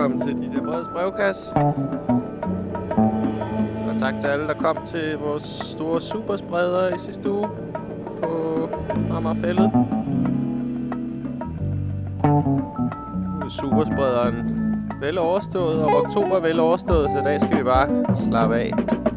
velkommen til Dit Breds brevkasse. Og tak til alle, der kom til vores store superspreder i sidste uge på Amagerfællet. Nu er supersprederen vel overstået, og oktober er vel overstået, så i dag skal vi bare slappe af.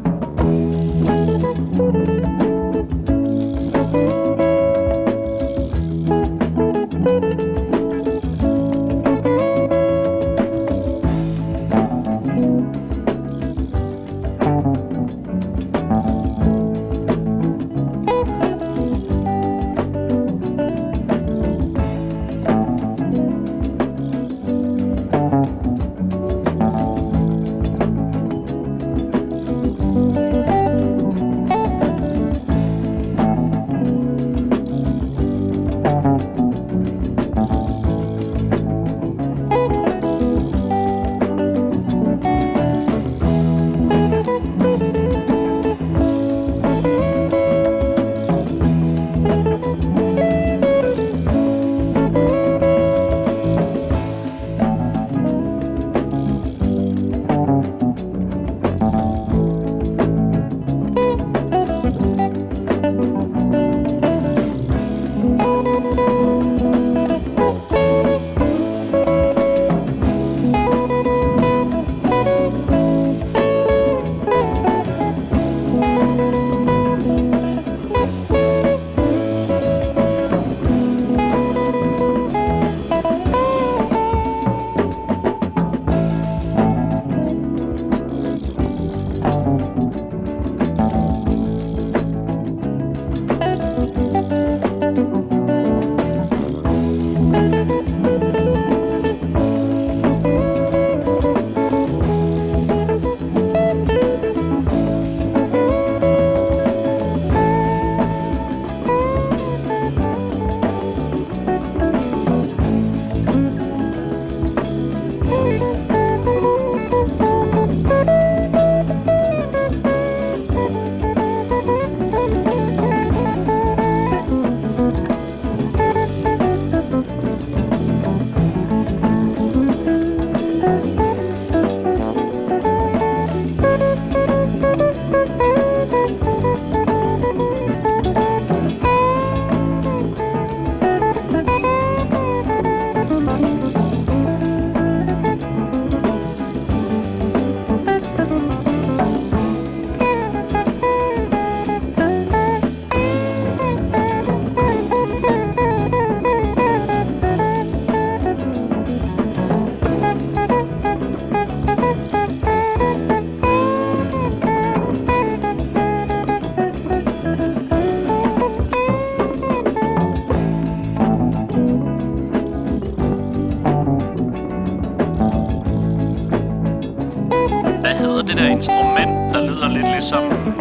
Instrument, der lyder lidt ligesom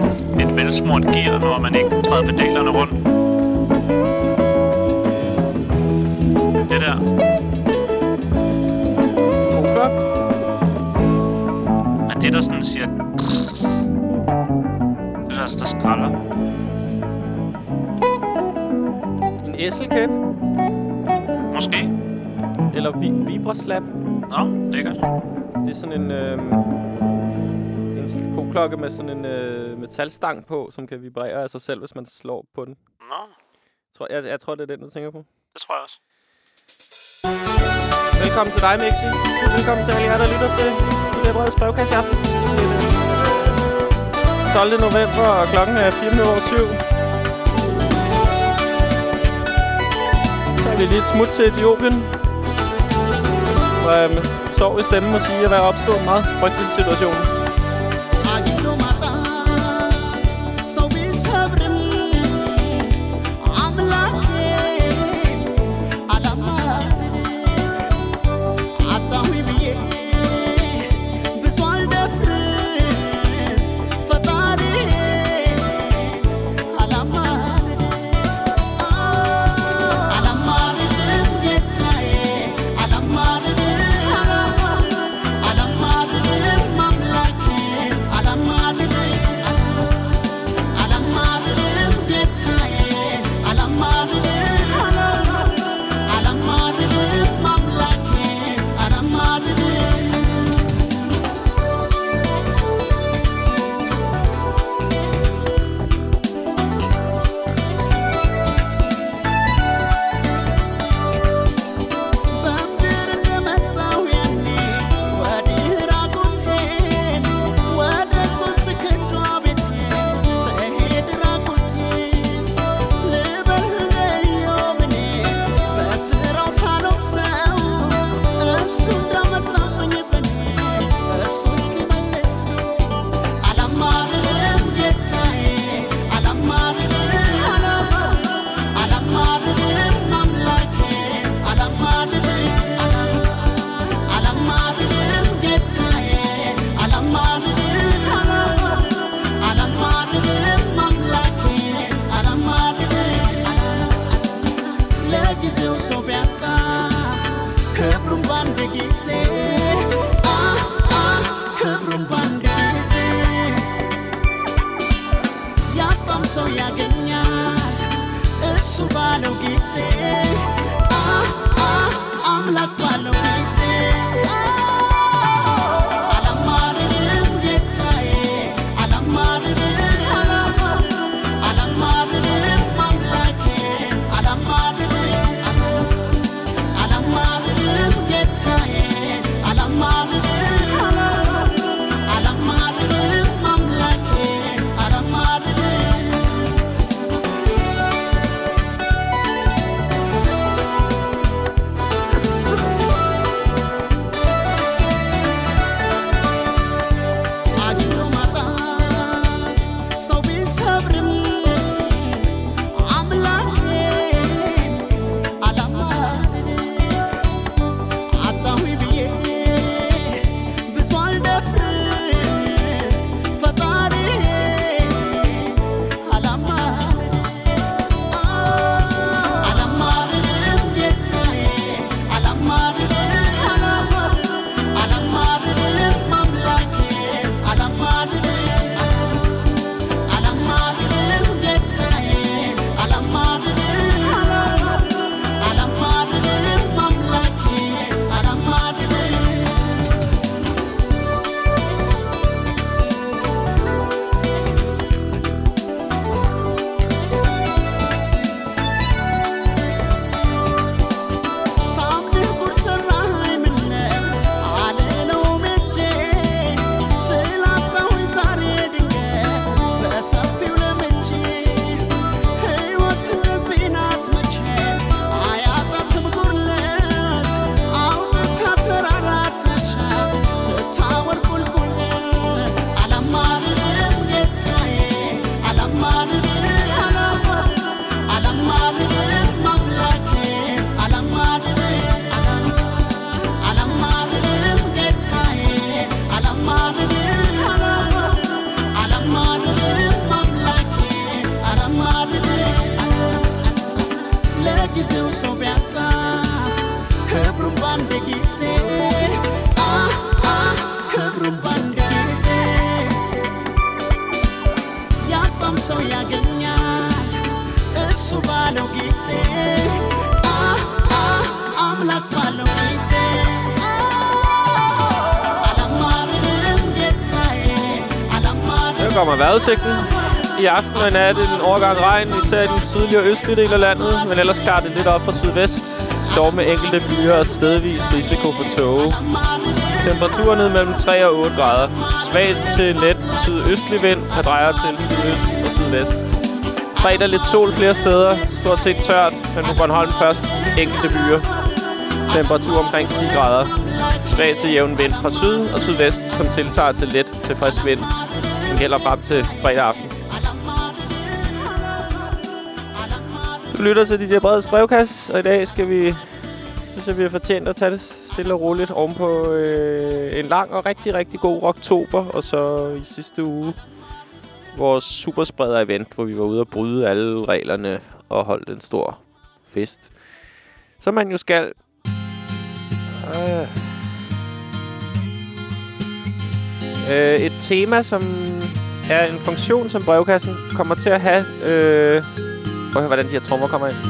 et velsmurt gear, når man ikke træder pedalerne rundt. Det der. Okay. Er det, der sådan siger... Det der skralder. En æselkæp? Måske. Eller vibraslap? Nå, lækkert. Det er sådan en koklokke med sådan en metalstang på, som kan vibrere af sig selv, hvis man slår på den. Nå. Jeg tror, det er den, du tænker på. Det tror jeg også. Velkommen til dig, Mixi. Velkommen til alle jer, der lytter til Det Breds brevkasse i aften. 12. november, og klokken er 4:07. Så er vi lige et smut til Etiopien. Og sorg i stemmen må sige at være opstået en meget frygtelig situation. Alamar ሰው ያገኛል እሱ ባለው ጊዜ አምላክ ባለው ጊዜ አላማርም ጌታዬ አላማርም አላማርም አምላኬ አላማርም ጌታዬ አላማርም kommer vejrudsigten. I aften og i nat en overgang regn, især i den sydlige og østlige del af landet, men ellers klarer det lidt op fra sydvest. Dog med enkelte byer og stedvis risiko for tåge. Temperaturen ned mellem 3 og 8 grader. Svag til let sydøstlig vind, der drejer til sydøst og sydvest. Fredag lidt sol flere steder, stort set tørt, men på Bornholm først enkelte byer. Temperatur omkring 10 grader. Svag til jævn vind fra syd og sydvest, som tiltager til let til frisk vind. Den gælder frem til fredag aften. Du lytter til DJ Breds brevkasse, og i dag skal vi, synes jeg, vi har fortjent at tage det stille og roligt ovenpå en lang og rigtig, rigtig god oktober. Og så i sidste uge vores superspreder-event, hvor vi var ude og bryde alle reglerne og holdt en stor fest. Som man jo skal. Et tema, som er en funktion, som brevkassen kommer til at have. Prøv at høre, hvordan de her trommer kommer ind.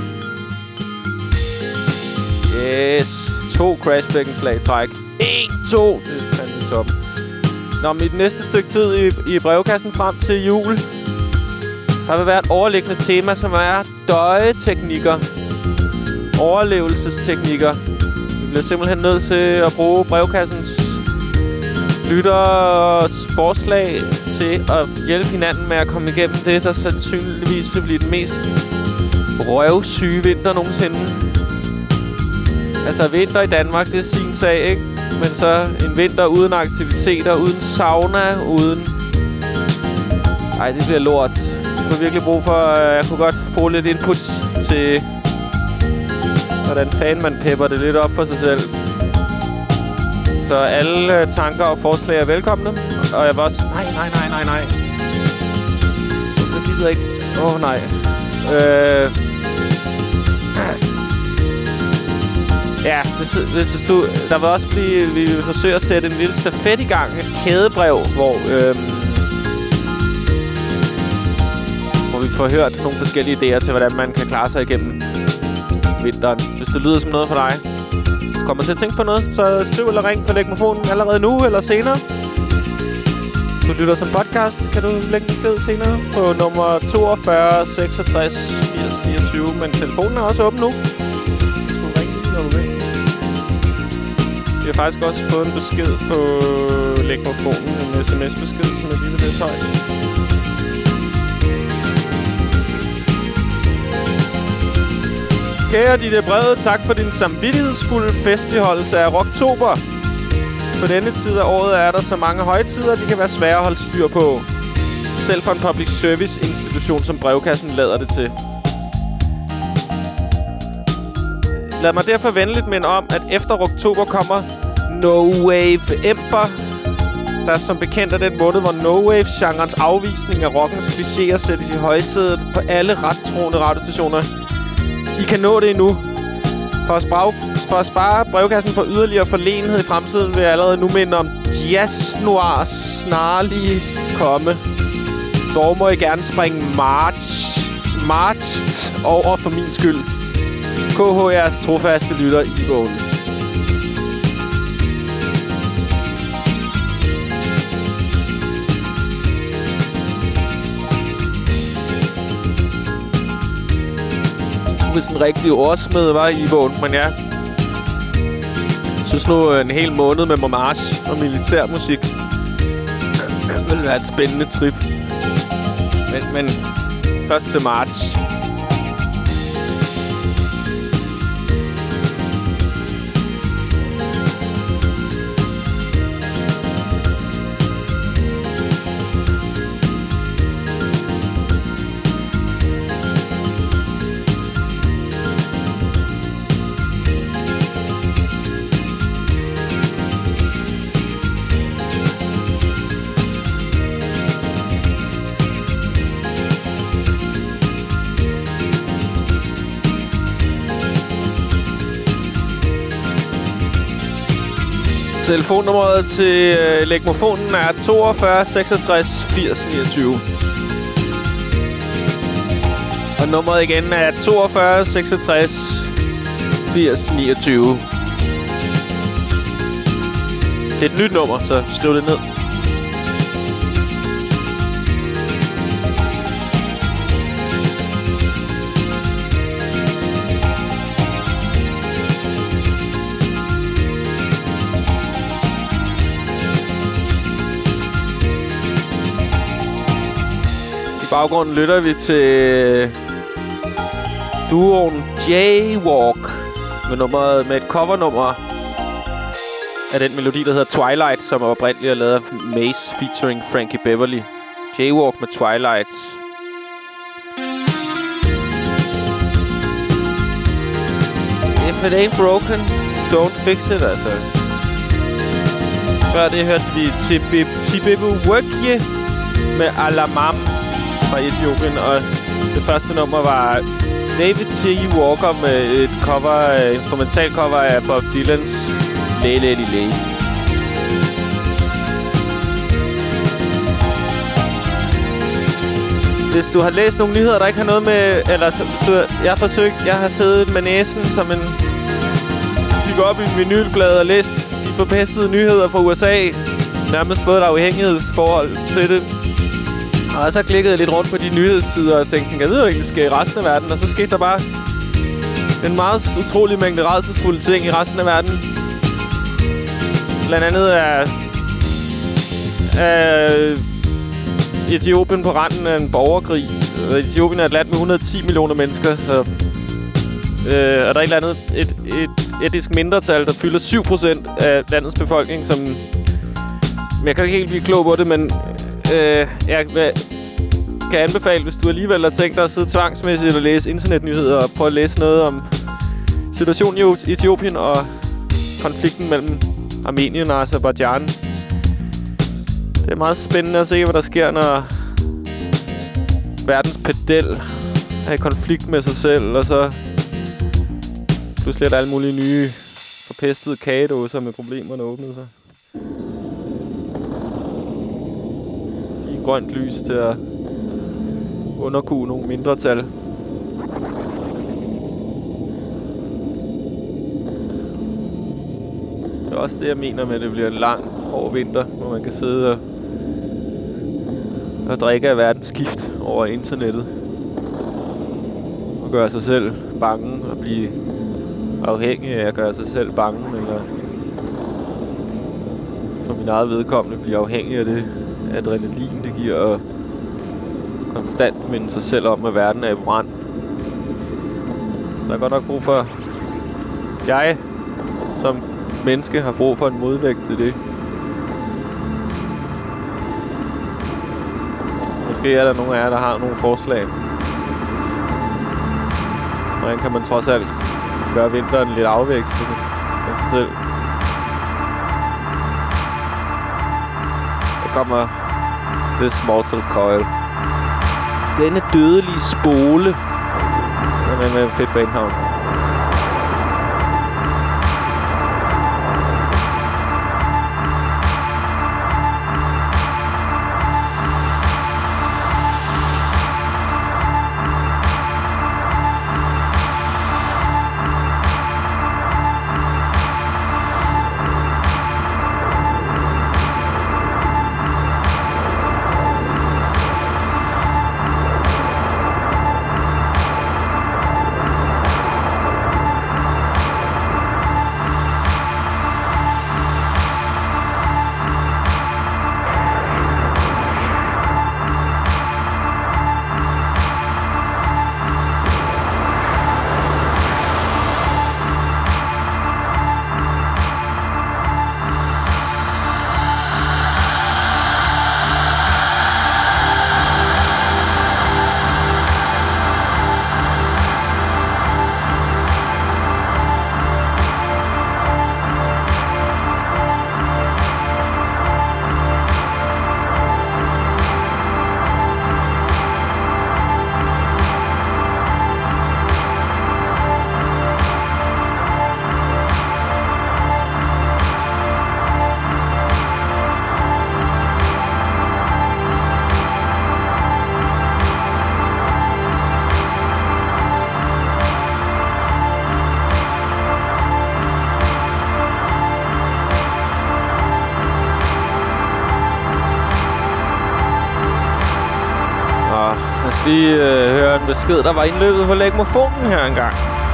Yes. 2 crashbækkenslag i træk. 1, 2. Det er fandme top. Nå, men i det næste stykke tid i brevkassen frem til jul, der vil være et overliggende tema, som er døjeteknikker. Overlevelsesteknikker. Vi bliver simpelthen nødt til at bruge brevkassens lytters forslag til at hjælpe hinanden med at komme igennem det, der sandsynligvis vil blive den mest røvsyge vinter nogensinde. Altså, vinter i Danmark, det er sin sag, ikke? Men så en vinter uden aktiviteter, uden sauna, uden... Ej, det bliver lort. Jeg får virkelig brug for... Jeg kunne godt bruge lidt input til... hvordan fanden man pepper det lidt op for sig selv. Så alle tanker og forslag er velkomne. Og jeg var også... Nej. Jeg gider ikke... nej. Ja, hvis du... Der vil også blive... Vi vil forsøge at sætte en lille stafet i gang. Et kædebrev, hvor vi få hørt nogle forskellige idéer til, hvordan man kan klare sig igennem vinteren. Hvis det lyder som noget for dig, kommer til at tænke på noget, så skriv eller ring på Lægmofonen allerede nu eller senere. Du lytter som podcast, kan du lægge en besked senere på nummer 42 66 80 29. Men telefonen er også åben nu. Du ringe, når du vil. Vi har faktisk også fået en besked på Lægmofonen, en sms-besked, som er lige ved det højt. Kære Ditte Brede, tak for din samvittighedsfulde festligholdelse af Rocktober. På denne tid af året er der så mange højtider, de kan være svære at holde styr på. Selv for en public service institution som Brevkassen lader det til. Lad mig derfor venligt minde om, at efter Rocktober kommer No Wave Ember, der som bekendt er den måned, hvor No Wave-genrens afvisning af rockens klichéer sættes i højsædet på alle rettroende radiostationer. I kan nå det endnu. For at spare Brevkassen for yderligere forlegenhed i fremtiden, vil jeg allerede nu minde om Jazz Noirs snarlige komme. Dog må I gerne springe marched over for min skyld. KH, jeres trofaste lytter i vågen. Hvis en rigtig ordsmed var i vågen, men ja. Jeg synes nu en hel måned med march og militærmusik vil være et spændende trip. Men først til march. Telefonnummeret til Lægmofonen er 42 66 80 29. Og nummeret igen er 42 66 80 29. Det er et nyt nummer, så skriv det ned. I baggrunden lytter vi til duoen Jaywalk med et covernummer af den melodi, der hedder Twilight, som oprindeligt er lavet af Mace featuring Frankie Beverly. Jaywalk med Twilight. If it ain't broken, don't fix it, altså. Før det hørte vi Tibibu Wekye med Alamam fra Etiopien, og det første nummer var David T. Walker med et instrumental cover af Bob Dylans Lay Lady Lay. Hvis du har læst nogle nyheder, der ikke har noget med... Eller jeg har siddet med næsen som en... Kigge op i en vinylblad og læst de forpestede nyheder fra USA. Nærmest fået et afhængighedsforhold til det. Og så klikkede jeg lidt rundt på de nyhedssider og tænkte, jeg ved jo ikke, det sker i resten af verden. Og så skete der bare en meget utrolig mængde rædselsfulde ting i resten af verden. Blandt andet er Etiopien på randen af en borgerkrig. Etiopien er et land med 110 millioner mennesker. Så, og der er et eller andet et etnisk mindretal, der fylder 7% af landets befolkning, som... Jeg kan ikke helt blive klog på det, men jeg kan anbefale, hvis du alligevel har tænkt dig at sidde tvangsmæssigt og læse internetnyheder og prøve at læse noget om situationen i Etiopien og konflikten mellem Armenien og Aserbajdsjan. Det er meget spændende at se, hvad der sker, når verdens pedel er i konflikt med sig selv, og så pludselig er der alle mulige nye forpestede kagedåser med problemerne åbnede sig. Grønt lys til at underkue nogle mindretal. Det er også det, jeg mener med, at det bliver en lang hård vinter, hvor man kan sidde og drikke af verdens skift over internettet. Og gøre sig selv bange og blive afhængig af at gøre sig selv bange, eller for min eget vedkommende blive afhængig af det adrenalin, det giver, og konstant minde sig selv om, at verden er i brand. Så der er godt nok brug for... Jeg som menneske har brug for en modvægt til det. Måske er der nogle af jer, der har nogle forslag. Hvordan kan man trods alt gøre vinteren lidt afvekslende for sig selv? Der kommer This Mortal Coil. Denne dødelige spole. Den er med fedt bandhavn. Lige høre en besked, der var indløbet på Lægmofonen her engang.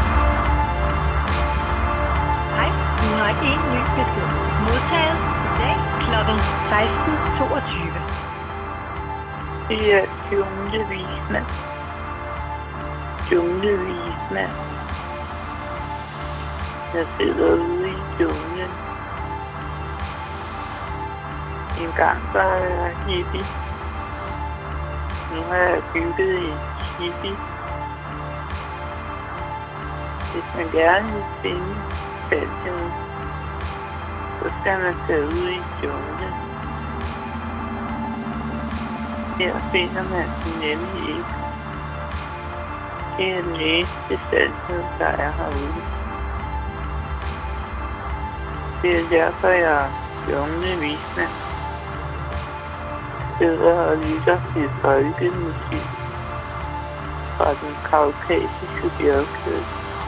Hej, du har en ny besked. Modtaget i dag kl. 16.22. Det er Junglevismand. Junglevismand. Jeg sidder ude i junglen. En gang var jeg hippie. Nu har jeg bygget en hippie. Hvis man gerne vil finde faldheden, så skal man tage ud i junglen. Her finder man den nemlig ikke. Det er den næste faldhed, der er herude. Det er derfor, jeg er junglevismand. Sidder og lytter til folkemusik fra den kaukasiske bjergkæde.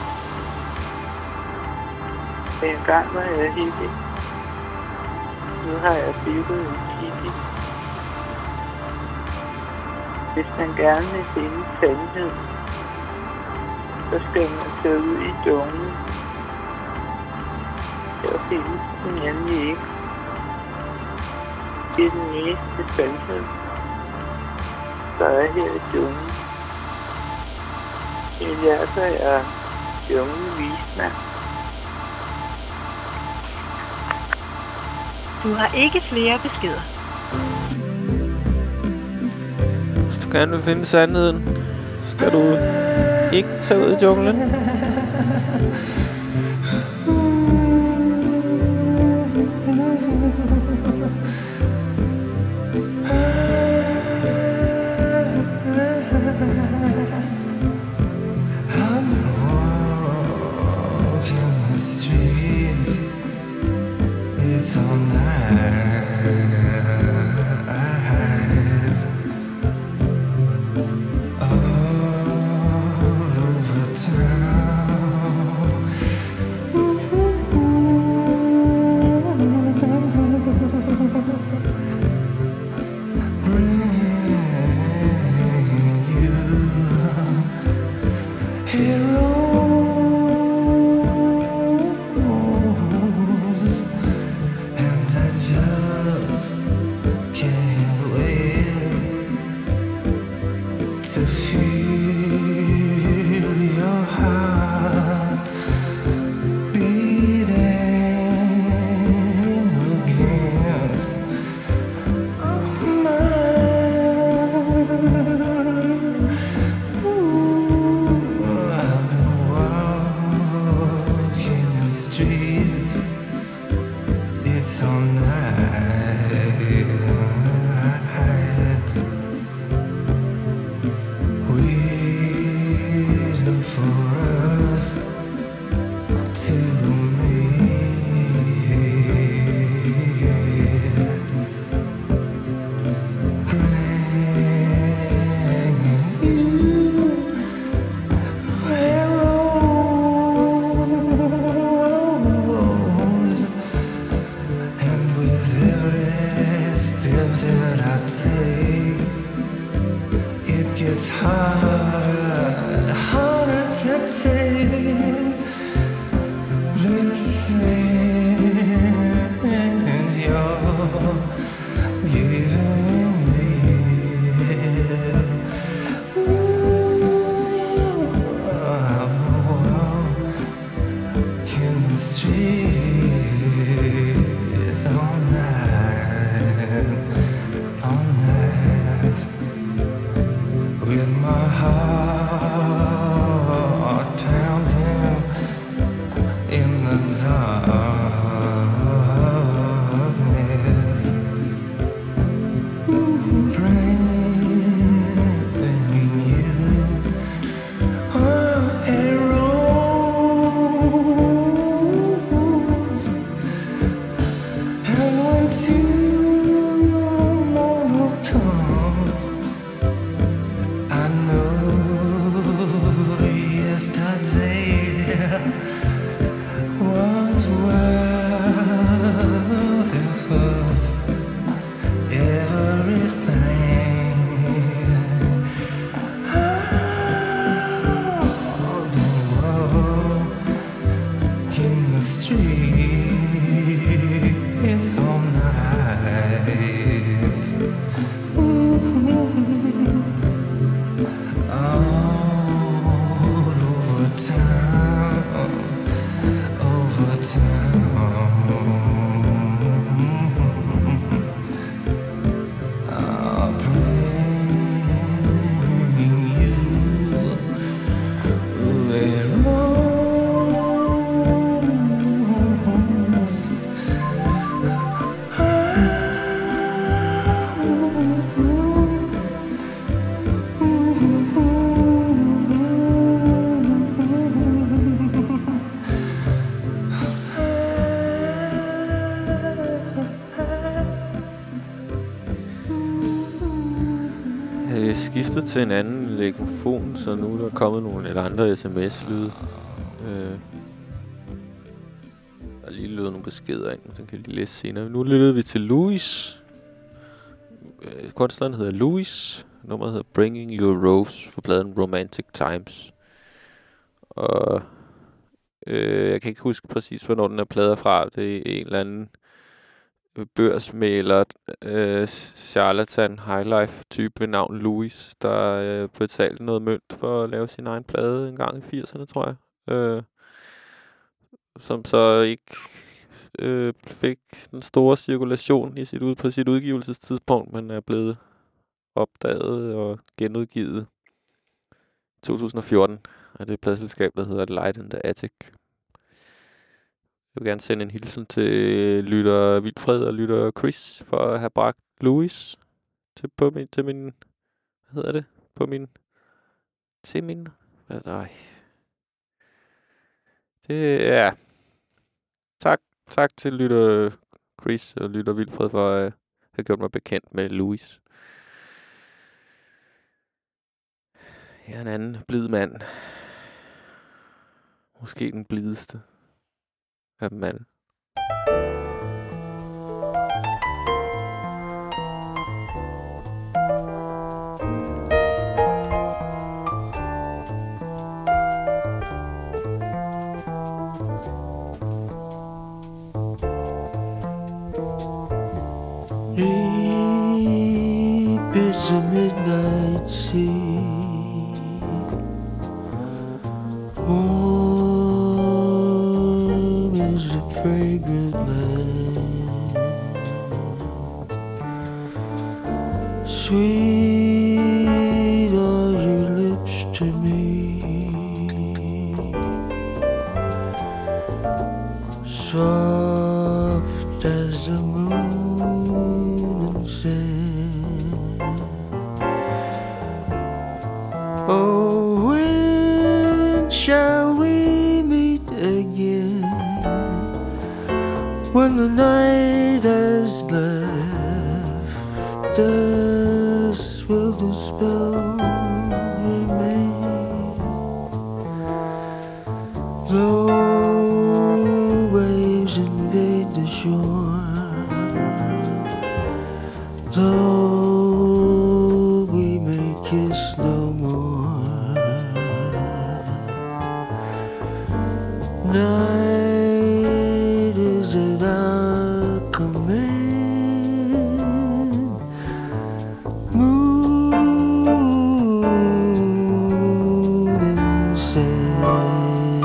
En gang var jeg hippie. Nu har jeg bygget en hippie. Hvis man gerne vil finde sandhed, så skal man tage ud i junglen. Her findes den nemlig ikke. Det er den næste sandhed, der er her i junglen. Det er derfor, jeg er junglevismand. Du har ikke flere beskeder. Hvis du gerne vil finde sandheden, skal du ikke tage ud i junglen. feel your heart beating against mine. Ooh, I've been walking the streets. It's all night, waiting for us to meet, bringing you arrows. And with every step that I take, it gets harder, harder to take this thing you're giving me. Ooh, I'm walking the streets all night, with my heart pounding in the darkness, bringing you arrows. And when tomorrow comes, I know yesterday was worth everything. I've been walking the streets all night. All over town, over town. I'll bring you arrows. Jeg skiftet til en anden legofon, så nu er der kommet nogle eller andre sms-lyde. Der er lige løbet nogle beskeder ind, den kan jeg lige læse senere. Nu lyttede vi til Louis. Kunstneren hedder Louis. Nummeret hedder Bringing Your Rose på pladen Romantic Times. Og jeg kan ikke huske præcis, hvornår den er plade fra. Det er en eller anden børsmæler, charlatan, highlife-type ved navn Louis, der betalte noget mønt for at lave sin egen plade en gang i 80'erne, tror jeg. Som så ikke fik den store cirkulation på sit udgivelsestidspunkt, men er blevet opdaget og genudgivet i 2014 af det pladselskab, der hedder Light in the Attic. Jeg vil gerne sende en hilsen til lytter Vilfred og lytter Chris for at have bragt Louis til min det er tak til lytter Chris og lytter Vilfred for at have gjort mig bekendt med Louis. Jeg er en anden blid mand. Måske den blideste af dem alle. Deep is the midnight sea. to me. Soft as the moon and sand. Oh, when shall we meet again? When the night has left us, will the spell remain? Though waves invade the shore, though we may kiss no more, night is at our command. Moon and sand.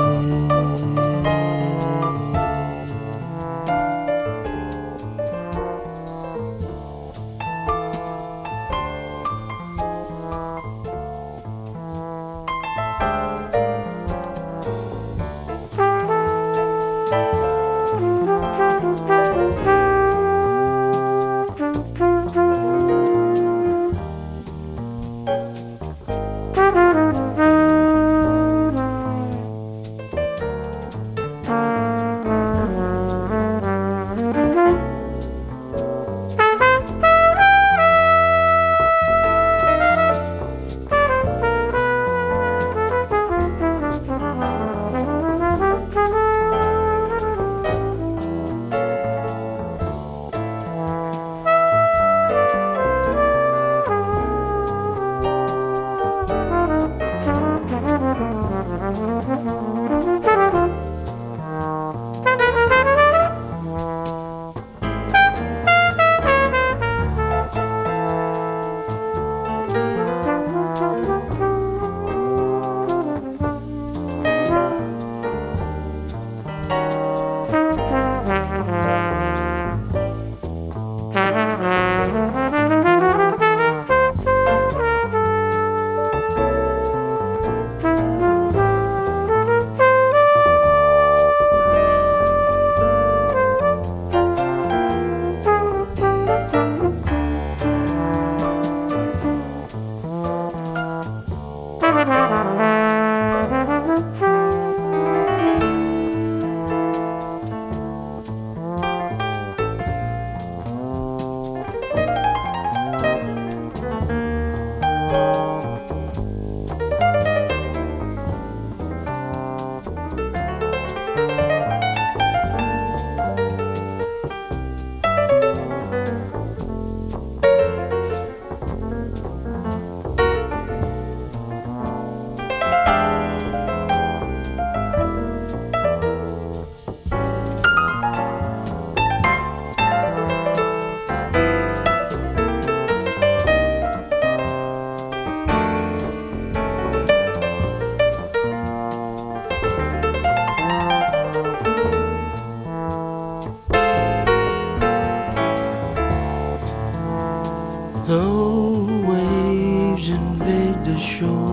Though waves invade the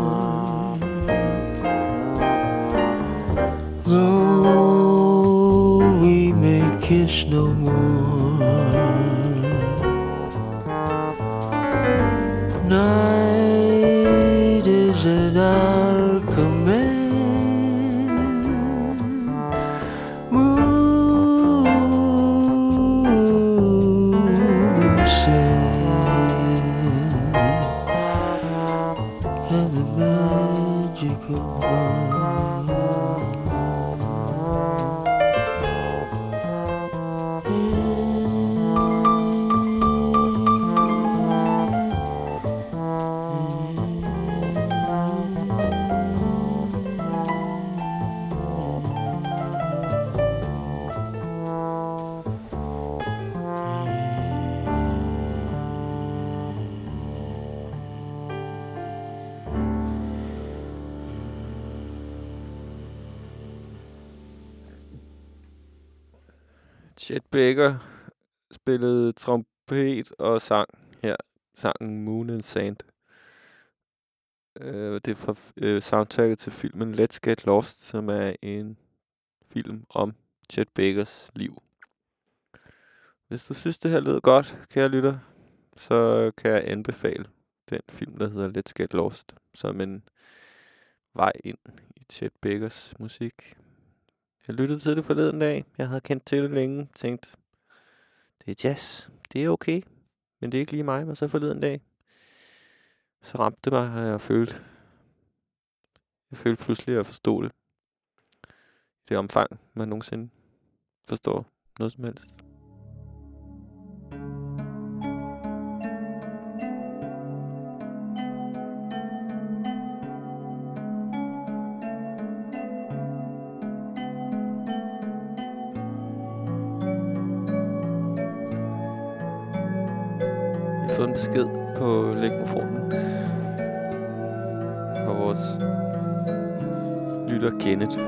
shore, though we may kiss no more, night is at our command. Moon and sand, and the magic of Chet Baker spillede trompet og sang her sangen Moon and Sand. Det er fra soundtracket til filmen Let's Get Lost, som er en film om Chet Bakers liv. Hvis du synes, det her lyder godt, kære lytter, så kan jeg anbefale den film, der hedder Let's Get Lost, som en vej ind i Chet Bakers musik. Jeg lyttede til det forleden dag. Jeg havde kendt til det længe. Tænkt, det er jazz. Det er okay. Men det er ikke lige mig. Og så forleden dag, så ramte det mig, og jeg følte pludselig, at jeg forstod det. I det omfang, man nogensinde forstår noget som helst. Vi har fået en besked på lægmofonen fra vores lytter Kenneth.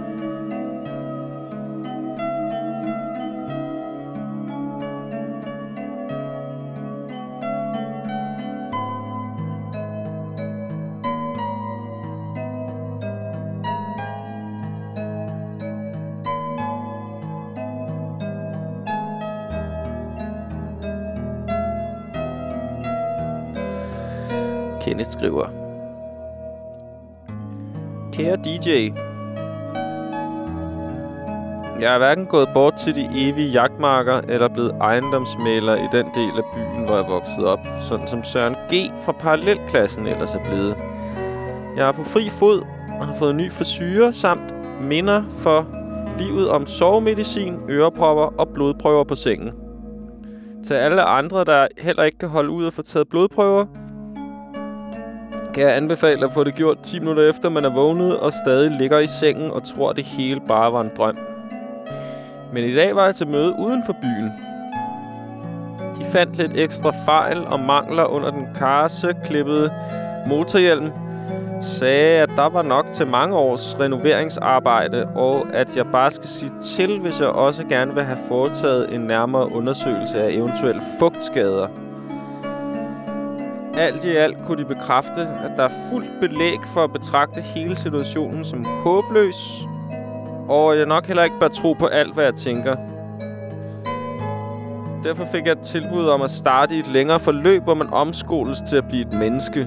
Kenneth skriver: Kære DJ, jeg er hverken gået bort til de evige jagtmarker eller blevet ejendomsmægler i den del af byen, hvor jeg voksede op, sådan som Søren G. fra parallelklassen ellers er blevet. Jeg er på fri fod og har fået ny frisyre samt minder for livet om sovemedicin, ørepropper og blodprøver på sengen. Til alle andre, der heller ikke kan holde ud og få taget blodprøver, kan jeg anbefale at få det gjort 10 minutter efter man er vågnet og stadig ligger i sengen og tror, det hele bare var en drøm. Men i dag var jeg til møde uden for byen. De fandt lidt ekstra fejl og mangler under den karseklippede motorhjelm, sagde, at der var nok til mange års renoveringsarbejde, og at jeg bare skal sige til, hvis jeg også gerne vil have foretaget en nærmere undersøgelse af eventuelle fugtskader. Alt i alt kunne de bekræfte, at der er fuldt belæg for at betragte hele situationen som håbløs, og jeg nok heller ikke bør tro på alt, hvad jeg tænker. Derfor fik jeg et tilbud om at starte i et længere forløb, hvor man omskoles til at blive et menneske.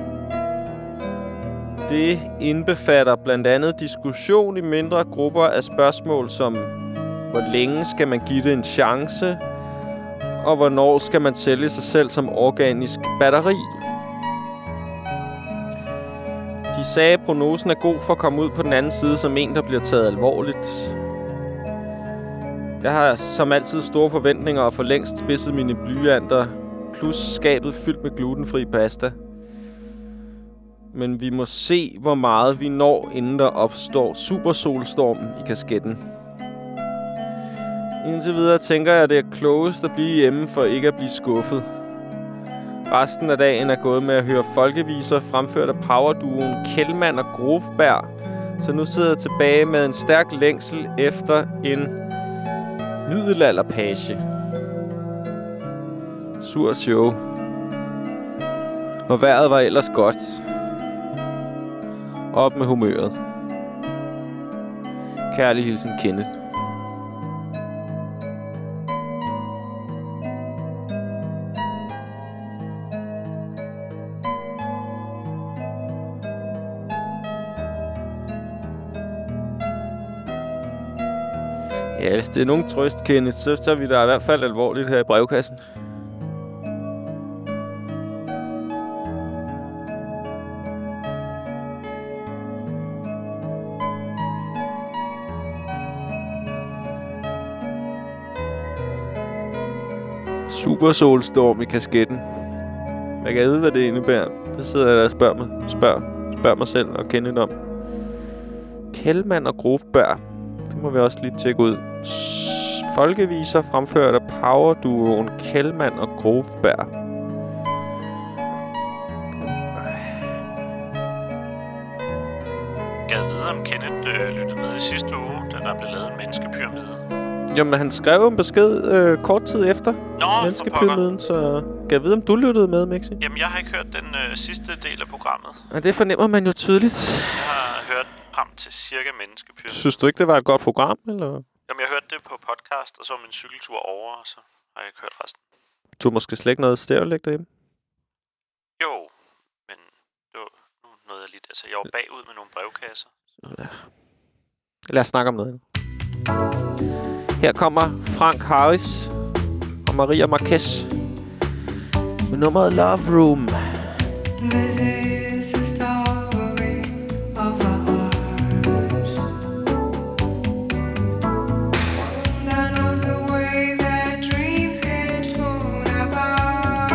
Det indbefatter blandt andet diskussion i mindre grupper af spørgsmål som: hvor længe skal man give det en chance? Og hvornår skal man sælge sig selv som organisk batteri? De sagde, at prognosen er god for at komme ud på den anden side som en, der bliver taget alvorligt. Jeg har som altid store forventninger og for længst spidset mine blyanter, plus skabet fyldt med glutenfri pasta. Men vi må se, hvor meget vi når, inden der opstår supersolstormen i kasketten. Indtil videre tænker jeg, at det er klogest at blive hjemme for ikke at blive skuffet. Resten af dagen er gået med at høre folkeviser fremført af powerduoen Kjellman og Grofberg, så nu sidder jeg tilbage med en stærk længsel efter en middelalderpage. Sur show. Og vejret var ellers godt. Op med humøret. Kærlig hilsen, Kenneth. Ja, hvis det er nogen trøst, Kenneth, så tager vi da i hvert fald alvorligt her i brevkassen. Supersolstorm i kasketten. Jeg kan vide, hvad det indebærer. Det sidder jeg der og spørger mig selv og Kenneth om. Kjellman og Grofberg. Det må vi også lige tjekke ud. Folkeviser fremført af powerduoen Kjellman og Grofberg. Gad vide, om Kenneth lyttede med i sidste uge, da der blev lavet en menneskepyramide. Jamen, han skrev en besked kort tid efter menneskepyramiden, så Kan jeg vide, om du lyttede med, Mixi? Jamen, jeg har ikke hørt den sidste del af programmet. Og det fornemmer man jo tydeligt. Jeg har hørt frem til cirka Menneskepyramiden. Synes du ikke, det var et godt program, eller? Jamen, jeg hørte det på podcast, og så var min cykeltur over, og så har jeg ikke hørt resten. Du har måske slet ikke noget stereolæg derhjemme? Jo, men det var noget jeg lidt. Altså, jeg var bagud med nogle brevkasser. Ja. Lad os snakke om noget. Her kommer Frank Harris og Maria Marquez med nummeret Love Room. This is the story of a heart that knows the way that dreams get torn apart.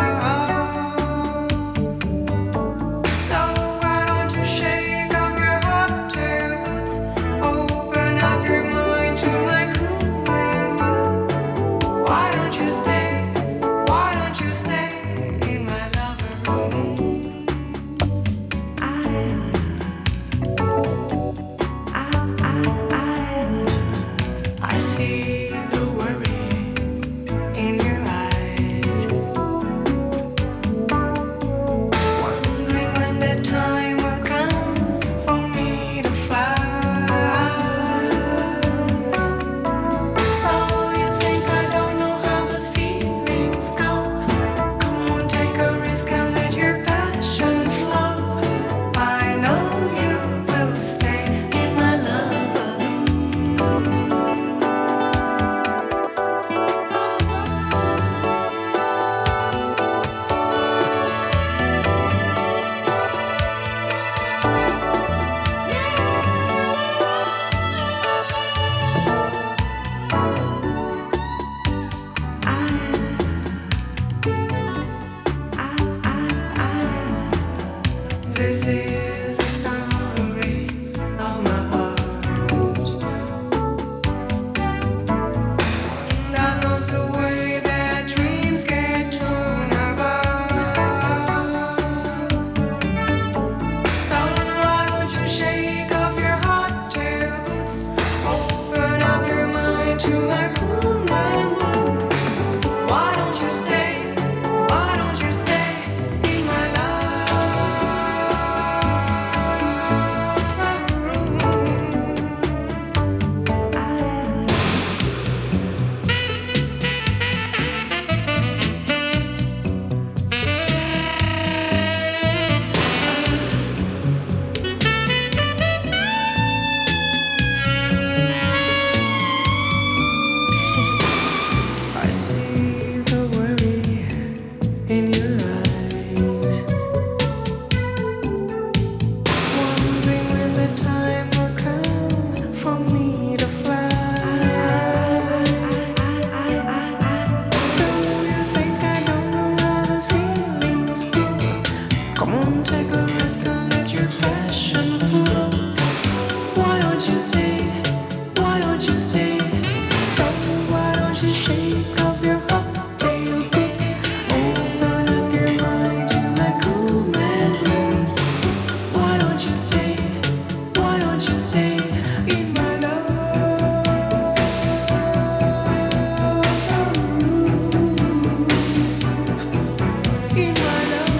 So why don't you shake off your hot-tail boots, open up your mind to my cool and blues. Why don't you stay? Why don't you stay in my lover room? I see the worry in your eyes, wondering when the time will come for me to fly. So you think I don't know how those feelings go? Come on, take a risk and let your passion flow. I know you will stay in my love room. This is the story of my heart that knows the way that dreams get torn apart. So why don't you shake off your hot-tail boots, open up your mind to my cool mind blue. Why don't you stay? Why don't you stay in my life room? I see the worry in your eyes, wondering when the time will come for me to fly. So you think I don't know how those feelings go? Come on, take a risk and let your passion flow. Why don't you stay? Why don't you stay? So why don't you shake off your hot-tail boots, open up your mind to my cool man blues. Why don't you stay? Why don't you stay in my love room? In my love.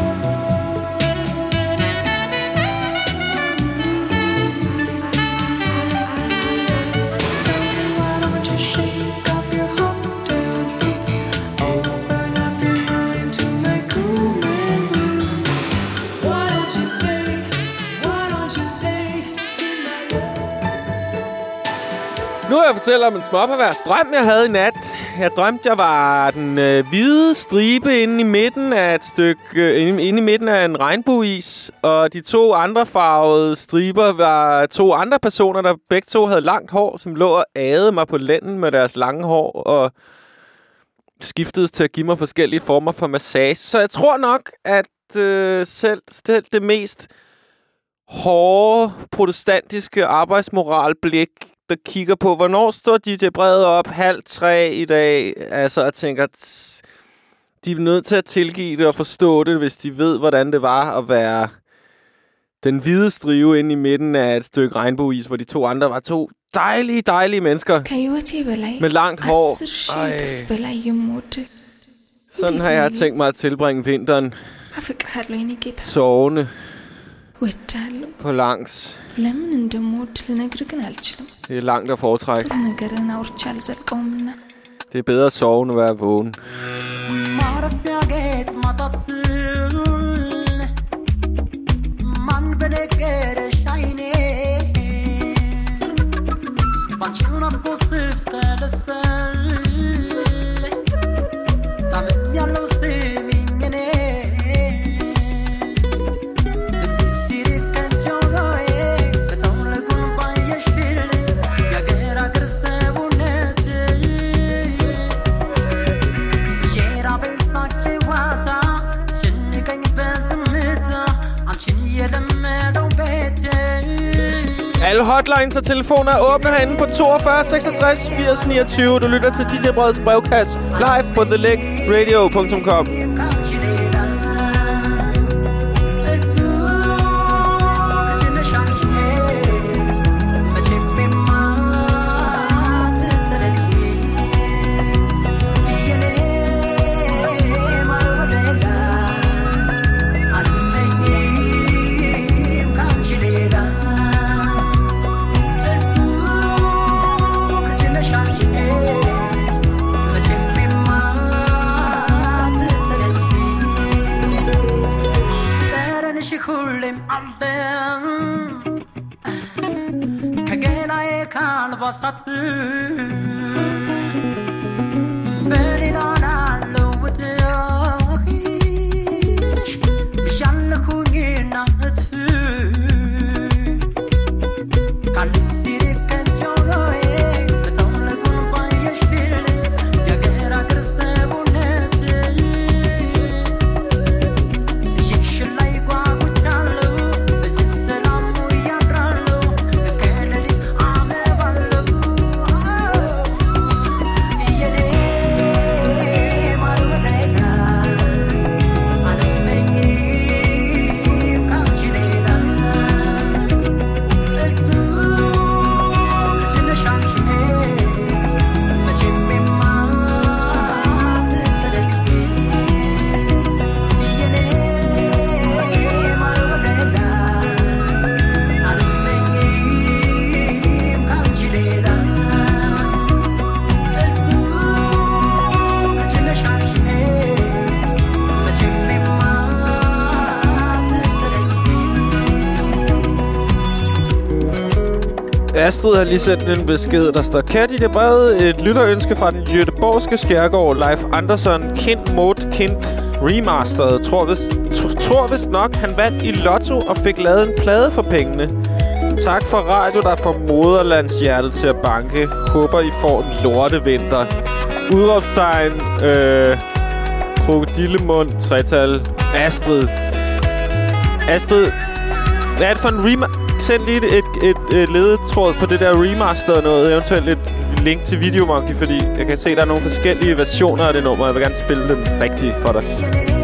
So why don't you shake off your hot-tail boots, open up your mind to my cool man blues. Why don't you stay? Why don't you stay in my love? Nu vil jeg fortælle om en småpervers drøm, jeg havde i nat. Jeg drømte, jeg var den hvide stribe inde i midten af et stykke, inde i midten af en regnbueis. Og de to andre farvede striber var to andre personer, der begge to havde langt hår, som lå og agede mig på lænden med deres lange hår. Og skiftedes til at give mig forskellige former for massage. Så jeg tror nok, at selv det mest hårde, protestantiske arbejdsmoralblik, der kigger på, hvornår står DJ Brede op 2:30 i dag, altså og tænker, de er nødt til at tilgive det og forstå det, hvis de ved, hvordan det var at være den hvide strive inde i midten af et stykke regnbueis, hvor de to andre var to dejlige mennesker med langt hår. Sådan har jeg tænkt mig at tilbringe vinteren. አፈቅርሃለሁ የኔ ጌታ Sovende እወድሃለሁ på langs. ለምን እንደምወድ ልነግርህ ግን አልችልም Det er langt at foretrække. ጥሩ ነገርን አውርቼ አልዘልቀውምና Det er bedre at sove, end at være vågen. ማረፊያ ጌጥ ማጣት ማን በነገረሽ አይኔ ባንቺው ናፍቆት ስብሰለሰል ታምኛለሁ ስሚኝ እኔ ድምፅሽ ሲርቀኝ ጆሮዬ በተውለጉን ባየሽልኝ የአገር አገር ሰውነት የራበኝ ሳቅ ጨዋታ አስጨንቀኝ በዝምታ አንቺን የለመደው ቤቴ Alle hotlines og telefoner er åbne herinde på 42 66 80 29. Du lytter til DJ Breds brevkasse live på theleggradio.com. ባሳት በሌላ ላለውጥሽ ብሻለኩኝና እት ካለሽ ሲርቀኝ ጆሮዬ በተውለጉን ባየሽልኝ የአገር አገር ሰውነት ይሽ ላይ ጓጉቻለሁ በእጅሽ ሰላም ያድራለሁ ከሌሊት አበባለሁ የኔ ማርወለላ አልመኝም ካንቺ ሌላ እቱ ልጅነሽ አንቺ መቼም የማትሰለቺ የኔ ማርወለላ አልመኝም ካንቺ ሌላ እቱ ልጅነሽ አንቺ መቼም የማትሰለቺ Astrid har lige sendt en besked, der står: Kære DJ Brede, et lytterønske fra den göteborgske skærgård. Leif Andersson, Kind Mode Kind Remastered. Tror vist nok, han vandt i lotto og fik lavet en plade for pengene. Tak for radio, der får moderlandshjertet til at banke. Håber, I får en lortevinter. Udråbstegn, krokodillemund, tretal. Astrid, hvad er det for en remaster? Send lige et ledetråd på det der remaster noget. Eventuelt et link til Videomonkey, fordi jeg kan se, at der er nogle forskellige versioner af det nummer. Jeg vil gerne spille dem rigtigt for dig.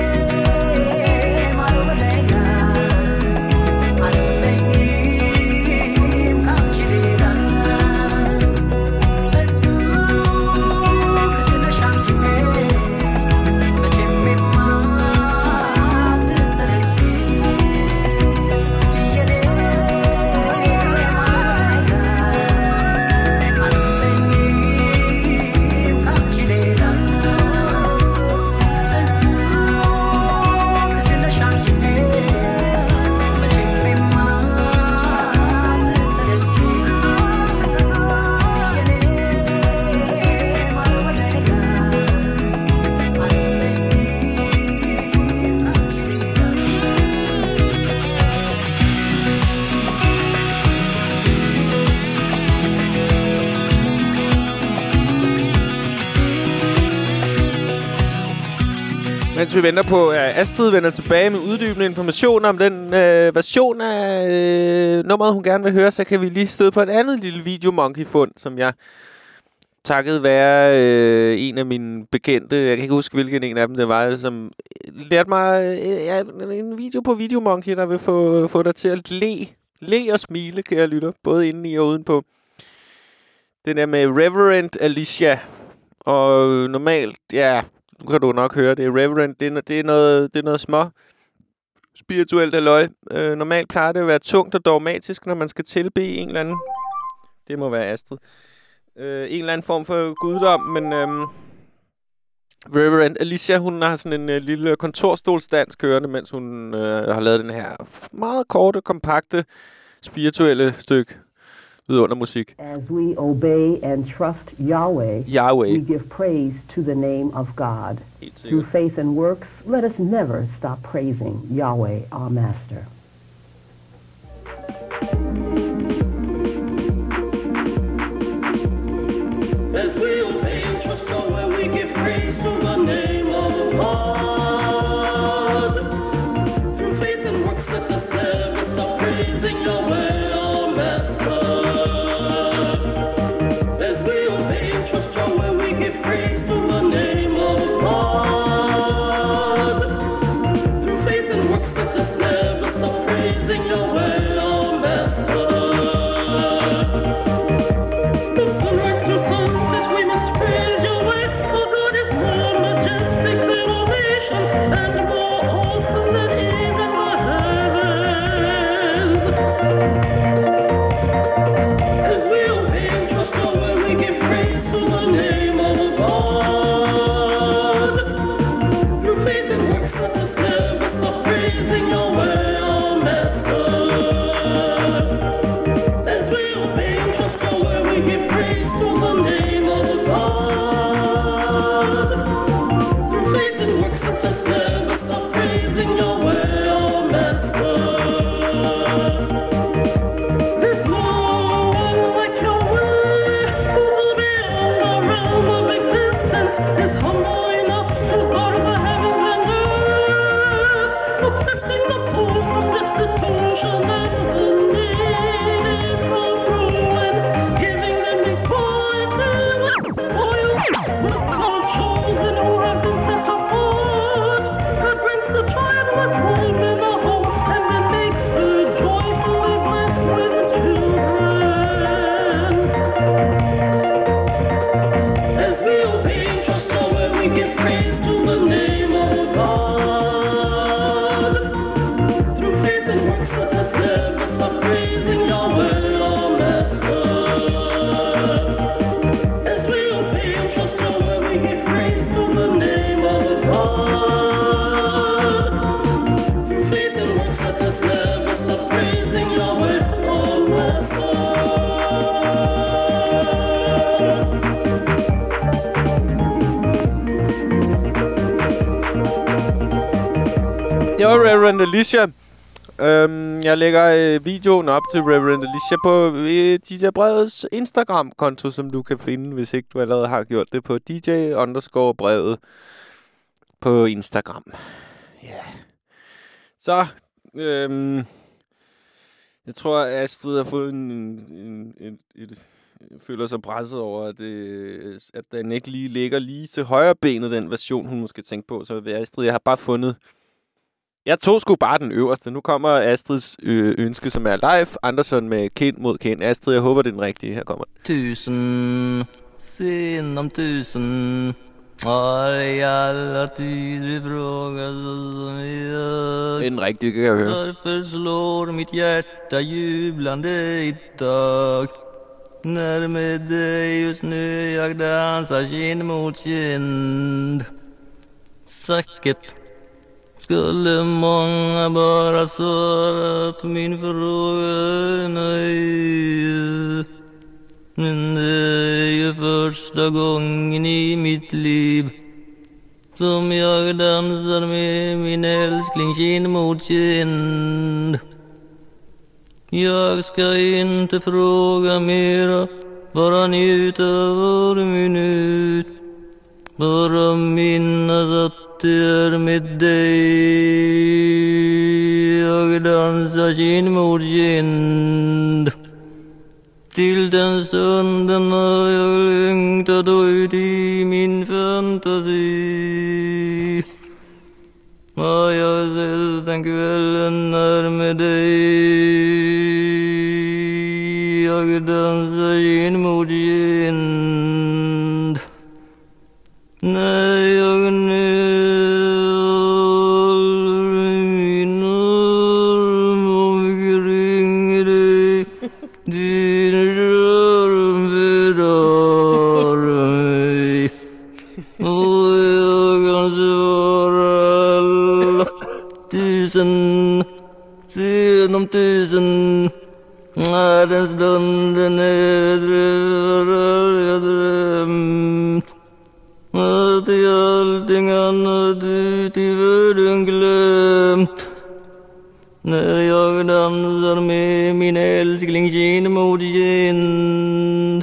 Mens vi venter på, at Astrid vender tilbage med uddybende information om den version af nummeret, hun gerne vil høre, så kan vi lige støde på et andet lille Videomonkey-fund, som jeg takket være en af mine bekendte, jeg kan ikke huske, hvilken en af dem det var, som lærte mig en video på Videomonkey, der vil få dig til at le og smile, kære lytter, både indeni og udenpå. Den der med Reverend Alicia, og normalt, ja, Nu kan du nok høre, det er Reverend. Det er noget små spirituelt halløj. Normalt plejer det at være tungt og dogmatisk, når man skal tilbede en eller anden. Det må være Astrid. En eller anden form for guddom, men Reverend Alicia, hun har sådan en lille kontorstolsdans kørende, mens hun har lavet den her meget korte, kompakte, spirituelle stykke vidundermusik. As we obey and trust Yahweh, we give praise to the name of God. Through faith and works, let us never stop praising Yahweh, our Master. As we obey and trust Yahweh, we give praise to the name of God. Through faith and works, let us never stop praising Yahweh, our Master. As we obey and trust Yahweh, we give praise to the name of God. Through faith and works, let us never stop praising Yahweh, our Master. Det var Reverend Alicia. Jeg lægger videoen op til Reverend Alicia på DJ Brevets Instagram-konto, som du kan finde, hvis ikke du allerede har gjort det, på DJ_brevet på Instagram. Ja. Yeah. Så, jeg tror, at Astrid har fået føler sig presset over, at den ikke lige ligger lige til højre benet, den version, hun måske tænke på. Så ved Astrid, jeg har bare fundet... Jeg tog sgu bare den øverste. Nu kommer Astrids ønske, som er live. Andersson med Kind mod Kind. Astrid, jeg håber, det er den rigtige. Her kommer den. 1000, sen om 1000, har i alla tider frågat som det er den rigtige, kan jeg høre. Därför slår mitt hjärta jublande idag. När med dig just nu jag dansar kind mot kind. Säkert skulle många bara svarat min fråga nej. Men det är ju första gången i mitt liv som jag dansar med min älskling kind mot kind. Jag ska inte fråga mera, bara njuta var minut. Bara minnas att det är med dig jag dansar kind mot kind. Till den stunden har jag längtat ut i min fantasi. Vad jag sett den kvällen är med dig. Jag dansar kind mot kind. När jag nu Dine røren vedår mig. Og jeg kan svare tusen, siden om tusen. Er den stunden jeg drømt. At i alting andet ut i verden glemt. Når jeg danser med min älskling kind mot kind.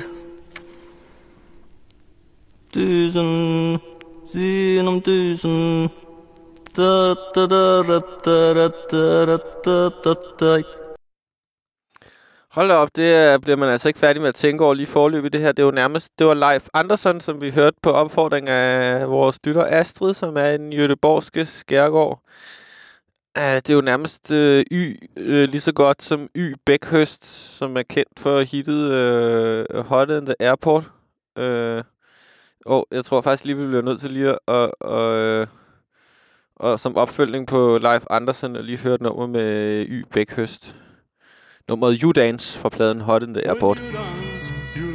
Tusen, siden om tusen. Da da da da da da da da da. Hold da op, det bliver man altså ikke færdig med at tænke over lige forløbet det her. Det var Leif Andersen, som vi hørte på opfordring af vores lytter Astrid, som er i den göteborgske skærgård. Det er jo nærmest lige så godt som Y Bækhøst, som er kendt for hittet Hot in the Airport. Og jeg tror faktisk lige, vi bliver nødt til lige og som opfølgning på Leif Andersen, og lige høre et nummer med Y Bækhøst. Nummeret You Dance fra pladen Hot in the Airport. You dance,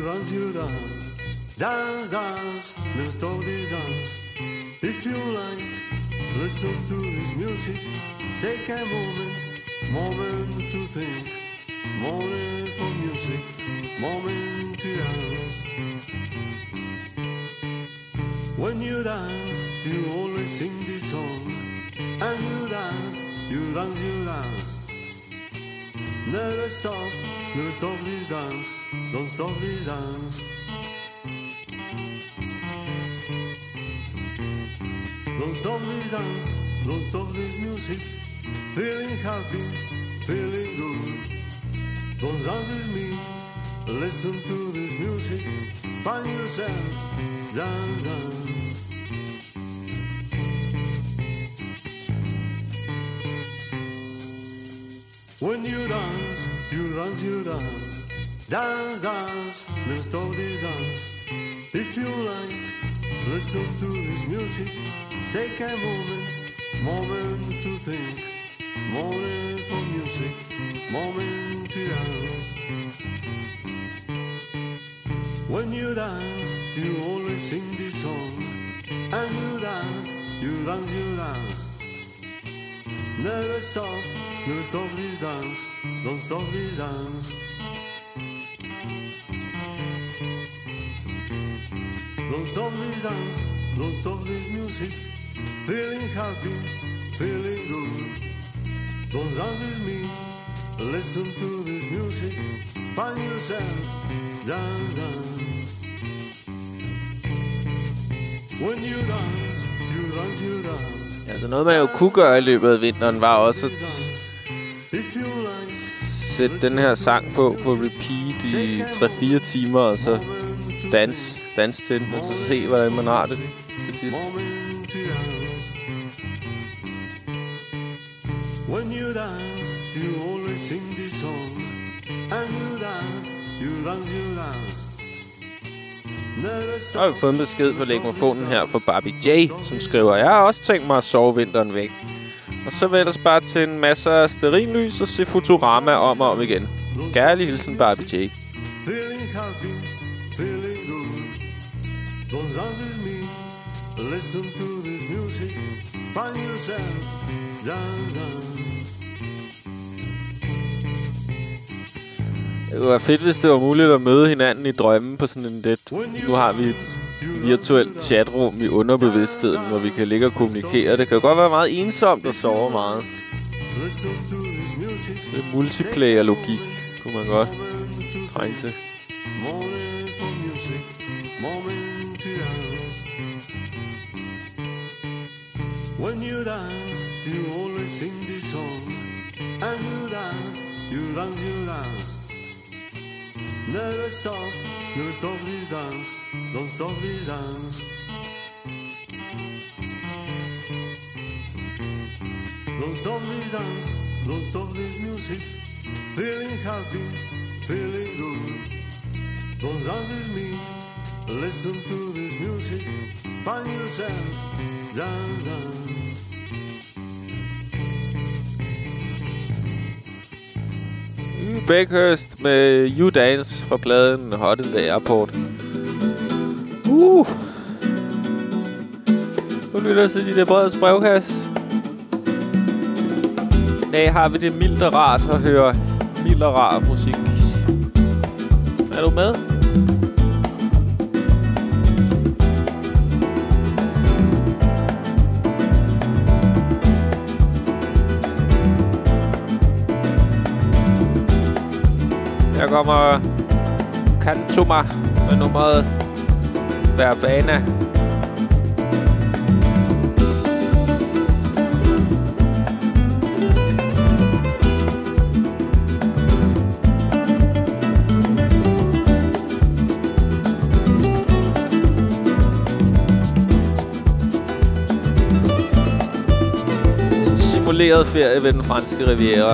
dance, dance, never stop this dance. If you like, listen to this music. Take a moment to think. Moment for music, moment to dance. When you dance, you always sing this song. And you dance, you dance, you dance. Never stop this dance. Don't stop this dance. Don't stop this dance. Don't stop this music. Feeling happy, feeling good. Don't dance with me. Listen to this music. Find yourself, dance, dance. When you dance, you dance, you dance. Dance, dance, never stop this dance. If you like, listen to this music. Take a moment to think. Moment for music, moment to dance. When you dance, you always sing this song. And you dance, you dance, you dance. Never stop this dance. Don't stop this dance. Don't stop this dance. Don't stop this music. Feeling happy, feeling good. Don't dance with me. Listen to this music. Find yourself, dance, dance. When you dance, you dance, you dance. Altså noget, man jo kunne gøre i løbet af vinteren, var også at sætte den her sang på repeat i 3-4 timer, og så dans til den, og så se, hvordan man har det til sidst. When you dance, you always sing this song. And you dance, you dance, you dance. Så har vi fået en besked på legmofonen her fra Barbie J, som skriver: jeg har også tænkt mig at sove vinteren væk. Og så vil ellers bare til en masse af stearinlys og se Futurama om og om igen. Kærlig hilsen, Barbie J. Feeling happy, feeling good. Don't dance with me. Listen to this music. Find yourself, dance, dance. Det kunne være fedt, hvis det var muligt at møde hinanden i drømme på sådan en lidt. Nu har vi et virtuelt chatrum i underbevidstheden, hvor vi kan ligge og kommunikere. Det kan jo godt være meget ensomt at sove meget. Sådan en multiplayer-logik kunne man godt trænge til. When you dance, you always sing this song. And you dance, you dance, you dance. Never stop this dance. Don't stop this dance. Don't stop this dance. Don't stop this music. Feeling happy, feeling good. Don't dance with me. Listen to this music. Find yourself, dance, dance. Bakehurst med You Dance fra pladen Hot in the Airport. Nu lytter jeg til de der breds brevkasse. Nej, har vi det mildt og rart at høre mild og rar musik. Er du med? Her kommer Kantuma med nummeret Verbana. En simuleret ferie ved den franske riviera.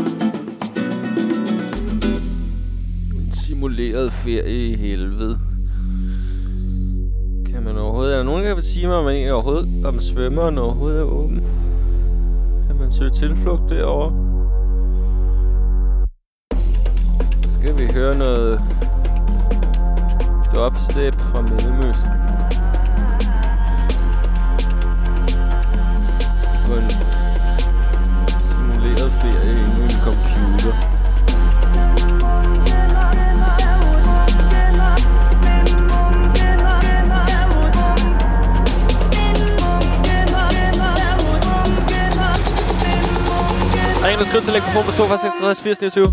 ferie i helvede. der nogen, der kan sige mig, om svømmeren overhovedet er åben? Kan man søge tilflugt derovre? Så skal vi høre noget dubstep fra Mellemøsten. På en simuleret ferie inde i en computer. Ring og skriv til telefon på 42 66 80 29.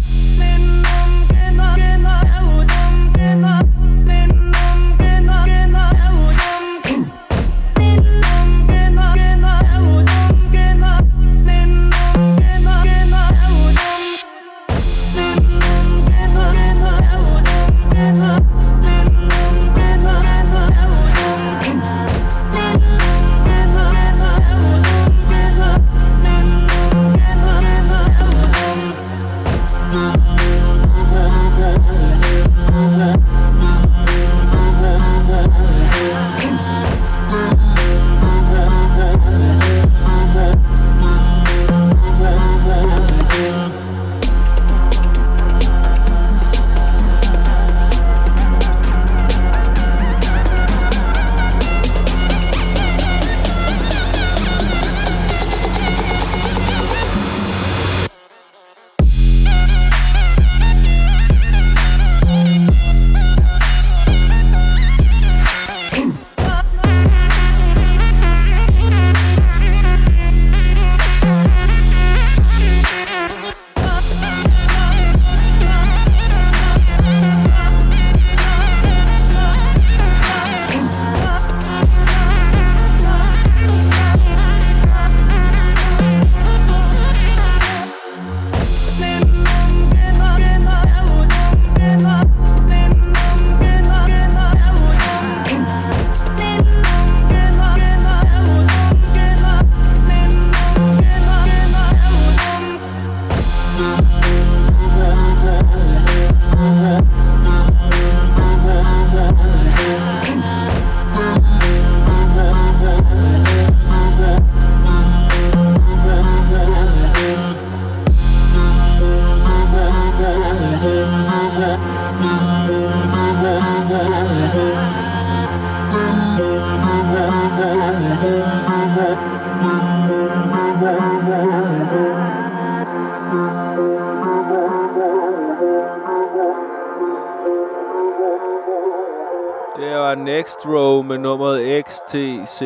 Next Row med nummeret XTC.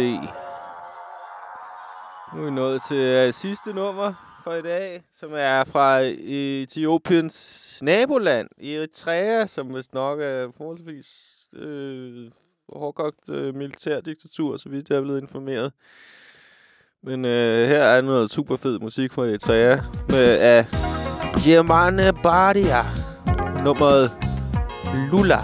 Nu er vi nået til sidste nummer for i dag, som er fra Etiopiens naboland, Eritrea, som vist nok er forholdsvis hårdkogt militærdiktatur, så vidt jeg er blevet informeret. Men her er noget super fed musik fra Eritrea med Jemane Bardia, nummeret Lula.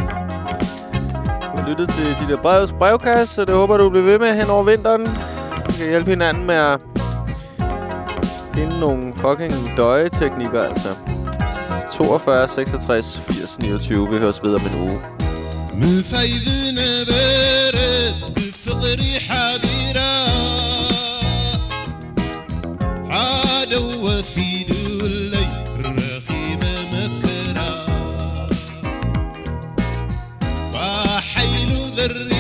Lyttet til de der brevkasse, så det håber du bliver ved med hen over vinteren. Vi kan hjælpe hinanden med at finde nogle fucking døje-teknikker, altså. 42, 66, 80, 29. Vi høres videre med en uge. الريح